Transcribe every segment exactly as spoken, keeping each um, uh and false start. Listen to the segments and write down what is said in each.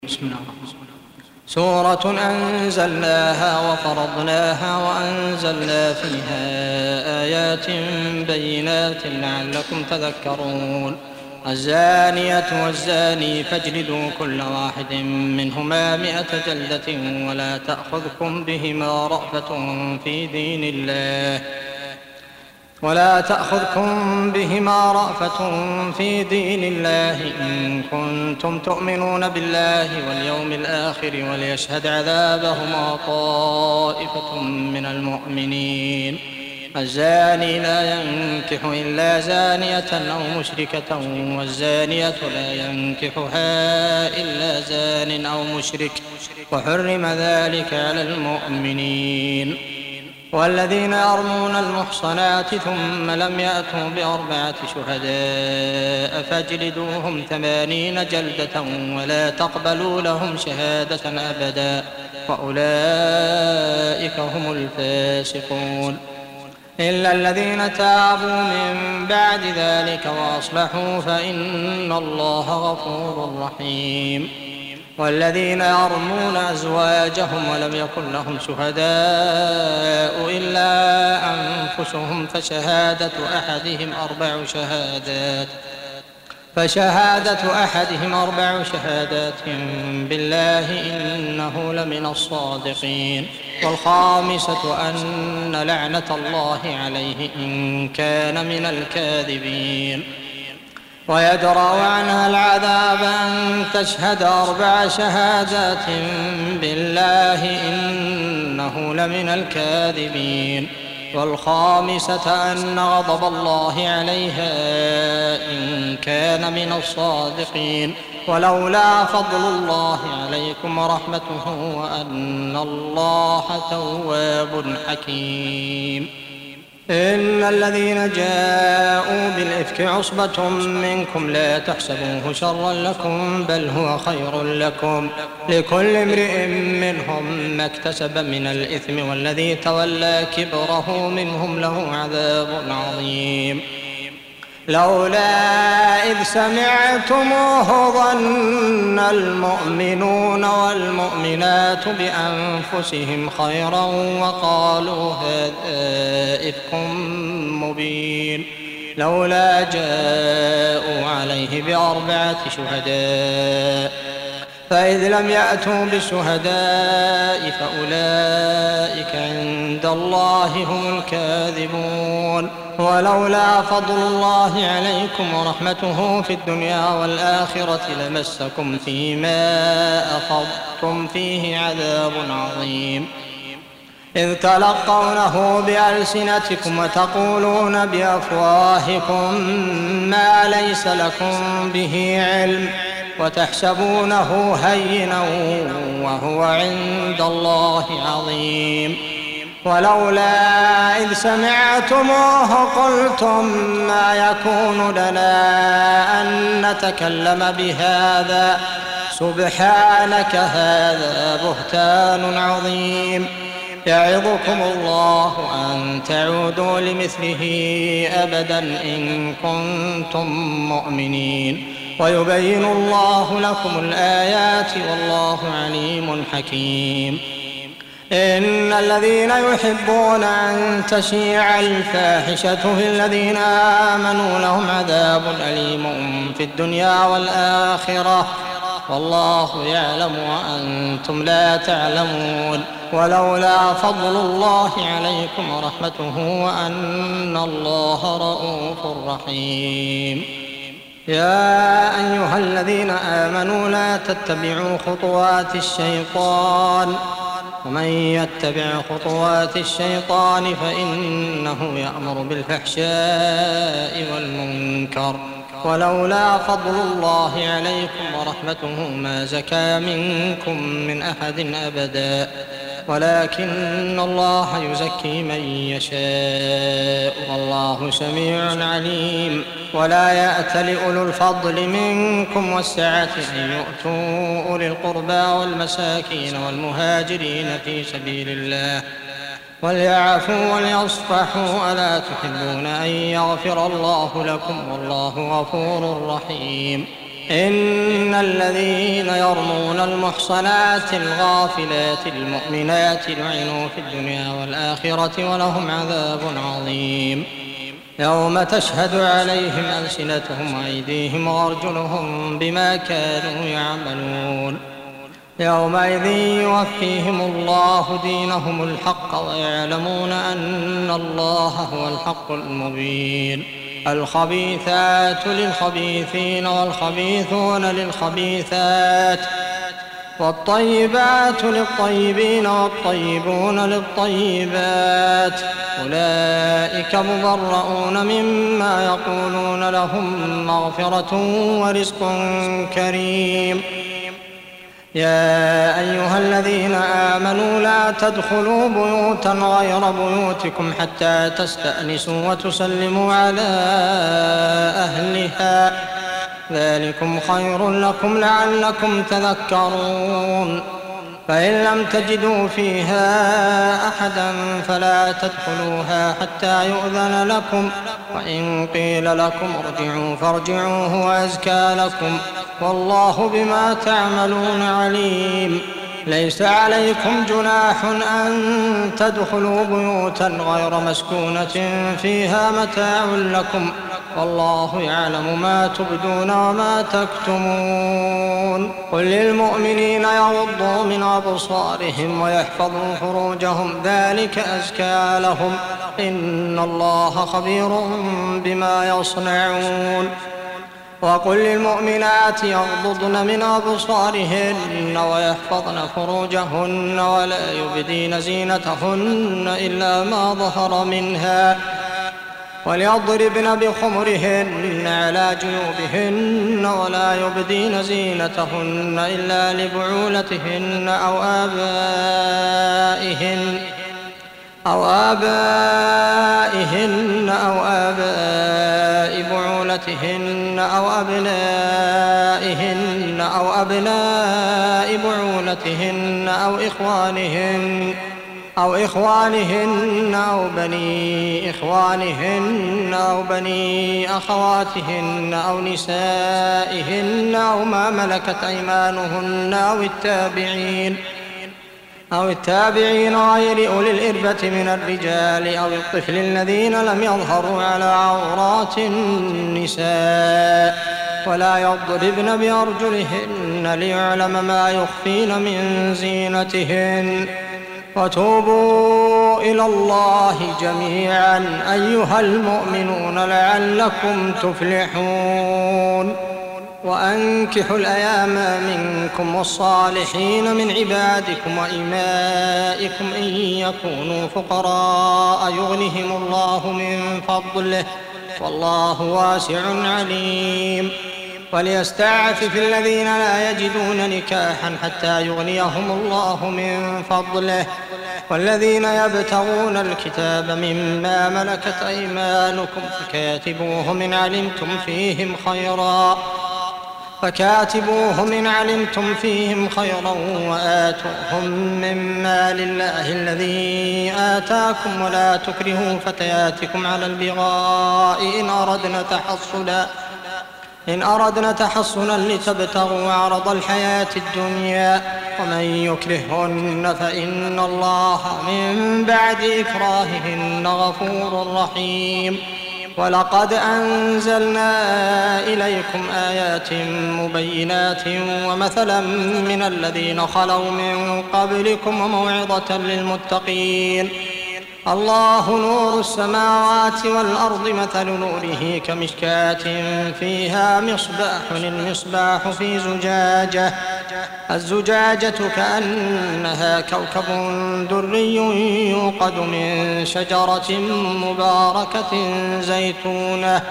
بسم الله الرحمن الرحيم. سورة أنزلناها وفرضناها وأنزلنا فيها آيات بينات لعلكم تذكرون. الزانية والزاني فاجلدوا كل واحد منهما مئة جلدة ولا تأخذكم بهما رأفة في دين الله ولا تأخذكم بهما رأفة في دين الله إن كنتم تؤمنون بالله واليوم الآخر وليشهد عذابهما طائفة من المؤمنين. الزاني لا ينكح إلا زانية أو مشركة والزانية لا ينكحها إلا زان أو مشرك وحرم ذلك على المؤمنين. والذين يرمون المحصنات ثم لم يأتوا بأربعة شهداء فاجلدوهم ثمانين جلدة ولا تقبلوا لهم شهادة أبدا وأولئك هم الفاسقون. إلا الذين تابوا من بعد ذلك وأصلحوا فإن الله غفور رحيم. والذين يرمون أزواجهم ولم يكن لهم شهداء إلا أنفسهم فشهادة أحدهم أربع شهادات فشهادة أحدهم أربع شهادات بالله إنه لمن الصادقين. والخامسة أن لعنة الله عليه إن كان من الكاذبين. ويدرأ عنها العذاب أن تشهد أربع شهادات بالله إنه لمن الكاذبين. والخامسة أن غضب الله عليها إن كان من الصادقين. ولولا فضل الله عليكم ورحمته وأن الله تواب حكيم. إن الذين جاءوا بالإفك عصبة منكم لا تحسبوه شرا لكم بل هو خير لكم لكل امرئ منهم ما اكتسب من الإثم والذي تولى كبره منهم له عذاب عظيم. لولا إذ سمعتموه ظن المؤمنون والمؤمنات بأنفسهم خيرا وقالوا هذا إفك مبين. لولا جاءوا عليه بأربعة شهداء فإذ لم يأتوا بالشهداء فأولئك عند الله هم الكاذبون. ولولا فضل الله عليكم ورحمته في الدنيا والآخرة لمسكم فيما أخذتم فيه عذاب عظيم. إذ تلقونه بألسنتكم وتقولون بأفواهكم ما ليس لكم به علم وتحسبونه هينا وهو عند الله عظيم. ولولا إذ سمعتموه قلتم ما يكون لنا أن نتكلم بهذا سبحانك هذا بهتان عظيم. يعظكم الله أن تعودوا لمثله أبدا إن كنتم مؤمنين. ويبين الله لكم الآيات والله عليم حكيم. إن الذين يحبون أن تشيع الفاحشة في الذين آمنوا لهم عذاب أليم في الدنيا والآخرة والله يعلم وأنتم لا تعلمون. ولولا فضل الله عليكم ورحمته وأن الله رءوف رحيم. يا أيها الذين آمنوا لا تتبعوا خطوات الشيطان ومن يتبع خطوات الشيطان فإنه يأمر بالفحشاء والمنكر. ولولا فضل الله عليكم ورحمته ما زكى منكم من أحد أبدا ولكن الله يزكي من يشاء والله سميع عليم. ولا يأتل أولو الفضل منكم والسعة أن يؤتوا أولي القربى والمساكين والمهاجرين في سبيل الله وليعفوا وليصفحوا ألا تحبون أن يغفر الله لكم والله غفور رحيم. إن الذين يرمون المحصنات الغافلات المؤمنات لعنوا في الدنيا والآخرة ولهم عذاب عظيم يوم تشهد عليهم ألسنتهم وأيديهم وأرجلهم بما كانوا يعملون يومئذ يوفيهم الله دينهم الحق ويعلمون أن الله هو الحق المبين الخبيثات للخبيثين والخبيثون للخبيثات والطيبات للطيبين والطيبون للطيبات أولئك مبرؤون مما يقولون لهم مغفرة ورزق كريم يا أيها الذين آمنوا لا تدخلوا بيوتا غير بيوتكم حتى تستأنسوا وتسلموا على أهلها ذلكم خير لكم لعلكم تذكرون فإن لم تجدوا فيها أحدا فلا تدخلوها حتى يؤذن لكم وإن قيل لكم ارجعوا فارجعوا هو أزكى لكم والله بما تعملون عليم ليس عليكم جناح أن تدخلوا بيوتا غير مسكونة فيها متاع لكم والله يعلم ما تبدون وما تكتمون قل للمؤمنين يغضوا من أبصارهم ويحفظوا فروجهم ذلك أزكى لهم إن الله خبير بما يصنعون وقل للمؤمنات يغضضن من أبصارهن ويحفظن فروجهن ولا يبدين زينتهن إلا ما ظهر منها وليضربن بخمرهن على جيوبهن ولا يبدين زينتهن إلا لبعولتهن أو آبائهن أو آبائهن أو آباء بعولتهن أو أبنائهن أو أبناء بعولتهن أو إخوانهن أو إخوانهن أو بني إخوانهن أو بني أخواتهن أو نسائهن أو ما ملكت أيمانهن أو التابعين أو التابعين غير أولي الإربة من الرجال أو الطفل الذين لم يظهروا على عورات النساء ولا يضربن بأرجلهن ليعلم ما يخفين من زينتهن وتوبوا إلى الله جميعا أيها المؤمنون لعلكم تفلحون وأنكحوا الأيام منكم والصالحين من عبادكم وإمائكم إن يكونوا فقراء يغنهم الله من فضله والله واسع عليم وليستعفف الذين لا يجدون نكاحا حتى يغنيهم الله من فضله والذين يبتغون الكتاب مما ملكت أيمانكم فكاتبوهم إن علمتم فيهم خيرا فكاتبوهم إن علمتم فيهم خيرا وآتوهم من مال الله الذي آتاكم ولا تكرهوا فتياتكم على البغاء إن أردنا تحصنا إن أردنا تحصنا لتبتغوا عرض الحياة الدنيا ومن يكرههن فإن الله من بعد إكراههن غفور رحيم ولقد أنزلنا إليكم آيات مبينات ومثلا من الذين خلوا من قبلكم وموعظة للمتقين الله نور السماوات والأرض مثل نوره كمشكاة فيها مصباح المصباح في زجاجة الزجاجة كأنها كوكب دري يوقد من شجرة مباركة زيتونة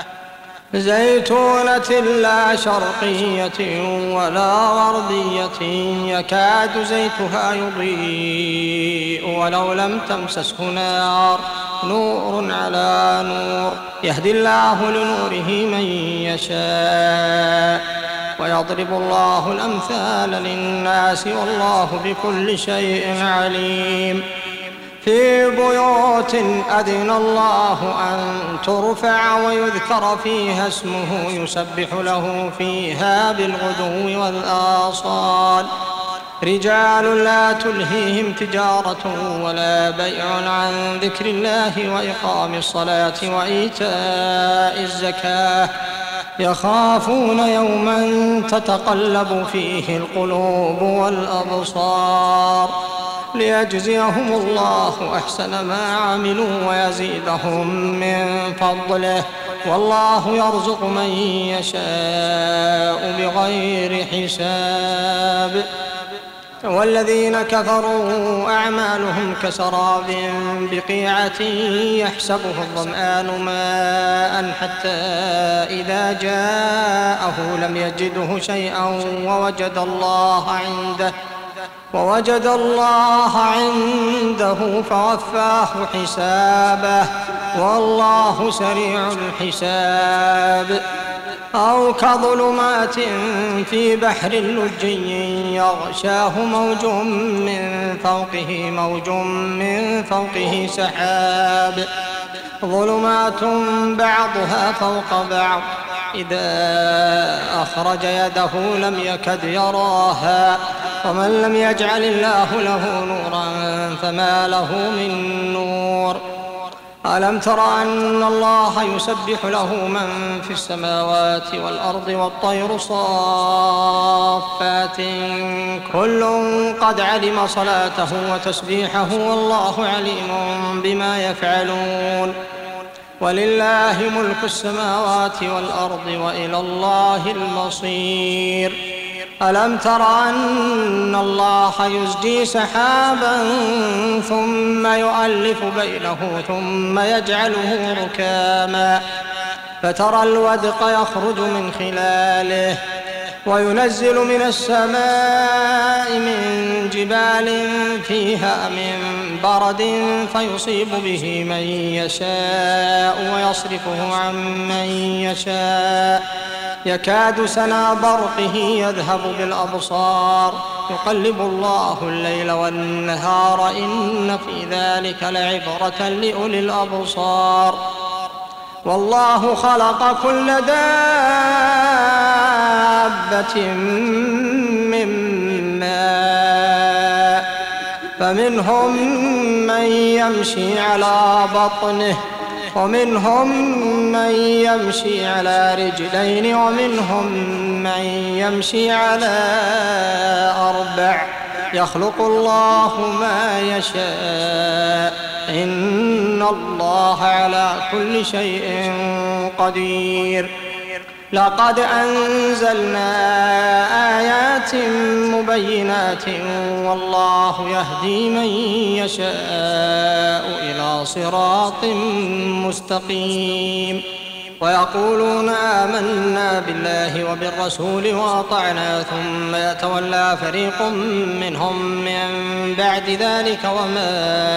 زيتونة لا شرقية ولا غربية يكاد زيتها يضيء ولو لم تمسسه نار نور على نور يهدي الله لنوره من يشاء ويضرب الله الأمثال للناس والله بكل شيء عليم في بيوت أذن الله أن ترفع ويذكر فيها اسمه يسبح له فيها بالغدو والآصال رجال لا تلهيهم تجارة ولا بيع عن ذكر الله وإقام الصلاة وإيتاء الزكاة يخافون يوما تتقلب فيه القلوب والأبصار ليجزيهم الله أحسن ما عملوا ويزيدهم من فضله والله يرزق من يشاء بغير حساب. والذين كفروا أعمالهم كسراب بقيعة يحسبه الظمآن ماء حتى إذا جاءه لم يجده شيئا ووجد الله عنده ووجد الله عنده فوفاه حسابه والله سريع الحساب. أو كظلمات في بحر لجي يغشاه موج من فوقه موج من فوقه سحاب ظلمات بعضها فوق بعض إذا أخرج يده لم يكد يراها ومن لم يجعل الله له نورا فما له من نور. ألم تر أن الله يسبح له من في السماوات والأرض والطير صافات كل قد علم صلاته وتسبيحه والله عليم بما يفعلون. ولله ملك السماوات والأرض وإلى الله المصير. ألم تر أن الله يزجي سحابا ثم يؤلف بينه ثم يجعله ركاما فترى الودق يخرج من خلاله وينزل من السماء من جبال فيها من برد فيصيب به من يشاء ويصرفه عن من يشاء يكاد سنا برقه يذهب بالأبصار يقلب الله الليل والنهار إن في ذلك لعبرة لأولي الأبصار. والله خلق كل دابة من ماء فمنهم من يمشي على بطنه ومنهم من يمشي على رجلين ومنهم من يمشي على أربع يخلق الله ما يشاء إن الله على كل شيء قدير. لقد أنزلنا آيات مبينات والله يهدي من يشاء إلى صراط مستقيم. ويقولون آمنا بالله وبالرسول وأطعنا ثم يتولى فريق منهم من بعد ذلك وما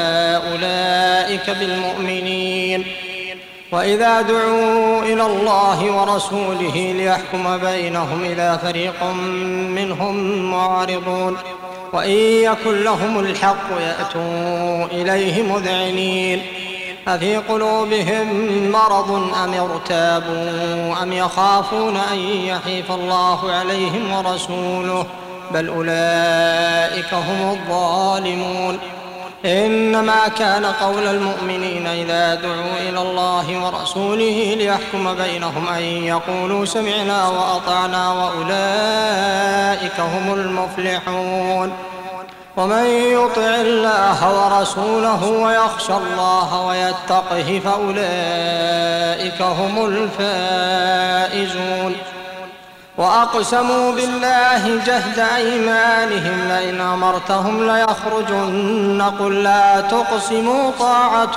أولئك بالمؤمنين. وإذا دعوا إلى الله ورسوله ليحكم بينهم إذا فريق منهم معرضون وإن يكن لهم الحق يأتوا إليه مذعنين أفي قلوبهم مرض أم ارتابوا أم يخافون أن يحيف الله عليهم ورسوله بل أولئك هم الظالمون. إنما كان قول المؤمنين إذا دعوا إلى الله ورسوله ليحكم بينهم أن يقولوا سمعنا وأطعنا وأولئك هم المفلحون. ومن يطع الله ورسوله ويخشى الله ويتقه فأولئك هم الفائزون. وأقسموا بالله جهد أيمانهم لئن أمرتهم ليخرجن قل لا تقسموا طاعة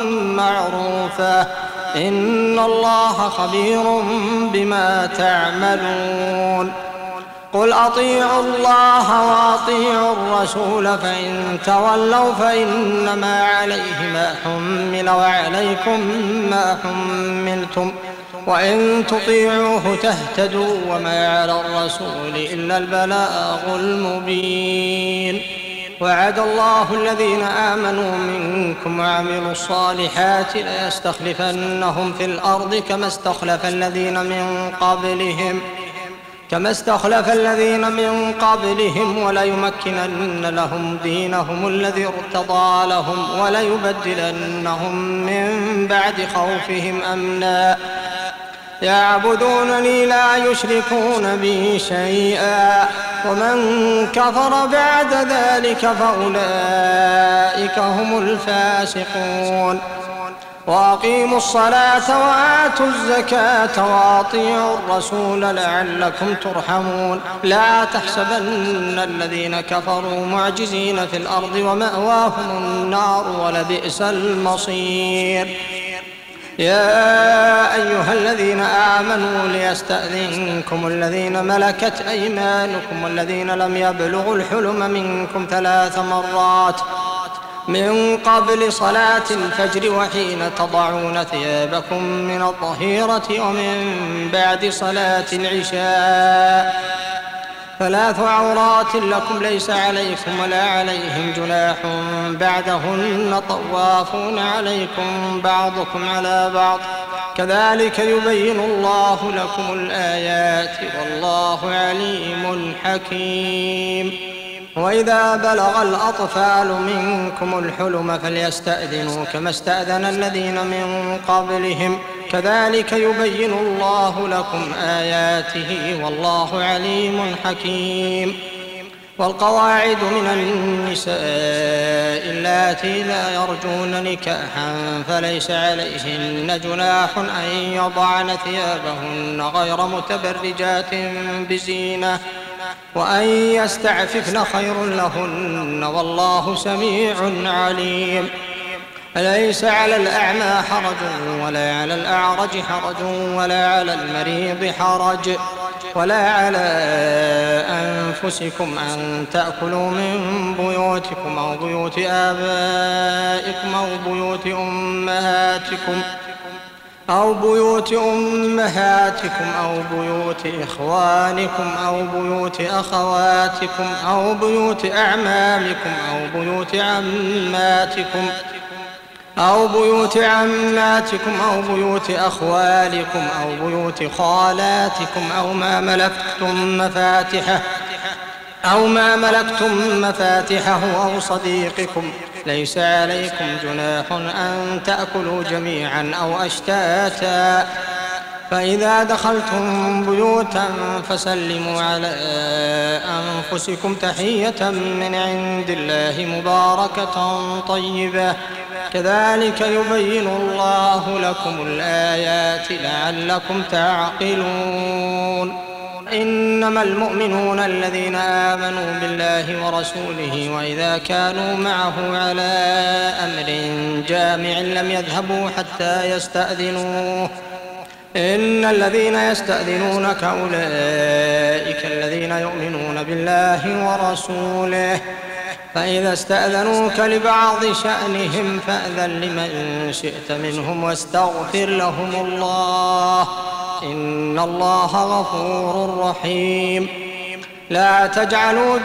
معروفة إن الله خبير بما تعملون. قل أطيعوا الله وأطيعوا الرسول فإن تولوا فإنما عليه ما حمل وعليكم ما حملتم وإن تطيعوه تهتدوا وما على الرسول إلا البلاغ المبين. وعد الله الذين آمنوا منكم وعملوا الصالحات ليستخلفنهم في الأرض كما استخلف الذين من قبلهم كما استخلف الذين من قبلهم وليمكنن لهم دينهم الذي ارتضى لهم وليبدلنهم من بعد خوفهم أمنا يعبدونني لا يشركون بي شيئا ومن كفر بعد ذلك فأولئك هم الفاسقون وأقيموا الصلاة وآتوا الزكاة وأطيعوا الرسول لعلكم ترحمون لا تحسبن الذين كفروا معجزين في الأرض ومأواهم النار ولبئس المصير يا أيها الذين آمنوا ليستأذنكم الذين ملكت أيمانكم والذين لم يبلغوا الحلم منكم ثلاث مرات من قبل صلاة الفجر وحين تضعون ثيابكم من الظهيرة ومن بعد صلاة العشاء ثلاث عورات لكم ليس عليكم ولا عليهم جناح بعدهن طوافون عليكم بعضكم على بعض كذلك يبين الله لكم الآيات والله عليم حكيم وإذا بلغ الأطفال منكم الحلم فليستأذنوا كما استأذن الذين من قبلهم كذلك يبين الله لكم آياته والله عليم حكيم والقواعد من النساء اللاتي لا يرجون نكاحا فليس عليهن جناح أن يضعن ثيابهن غير متبرجات بزينة وأن يستعففن خير لهن والله سميع عليم ليس على الأعمى حرج ولا على الأعرج حرج ولا على المريض حرج ولا على أنفسكم أن تأكلوا من بيوتكم أو بيوت آبائكم أو بيوت أمهاتكم أو بيوت أمهاتكم أو بيوت إخوانكم أو بيوت أخواتكم أو بيوت أعمامكم أو بيوت عماتكم أو بيوت عماتكم أو بيوت أخوالكم أو بيوت خالاتكم أو ما ملكتم مفاتحه أو ما ملكتم مفاتحه أو صديقكم ليس عليكم جناح أن تأكلوا جميعا أو أشتاتا فإذا دخلتم بيوتا فسلموا على أنفسكم تحية من عند الله مباركة طيبة كذلك يبين الله لكم الآيات لعلكم تعقلون إنما المؤمنون الذين آمنوا بالله ورسوله وإذا كانوا معه على أمر جامع لم يذهبوا حتى يستأذنوه إن الذين يستأذنونك أولئك الذين يؤمنون بالله ورسوله فإذا استأذنوك لبعض شأنهم فأذن لمن شئت منهم واستغفر لهم الله إن الله غفور رحيم لا تجعلوا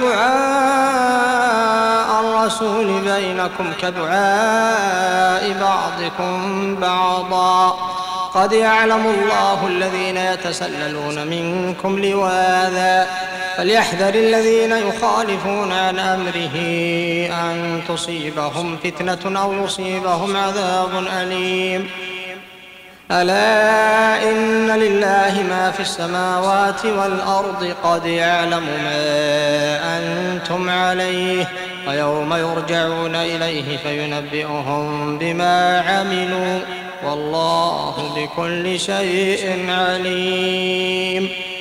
دعاء الرسول بينكم كدعاء بعضكم بعضا قد يعلم الله الذين يتسللون منكم لواذا فليحذر الذين يخالفون عن أمره أن تصيبهم فتنة أو يصيبهم عذاب أليم ألا إن لله ما في السماوات والأرض قد يعلم ما أنتم عليه ويوم يرجعون إليه فينبئهم بما عملوا والله بكل شيء عليم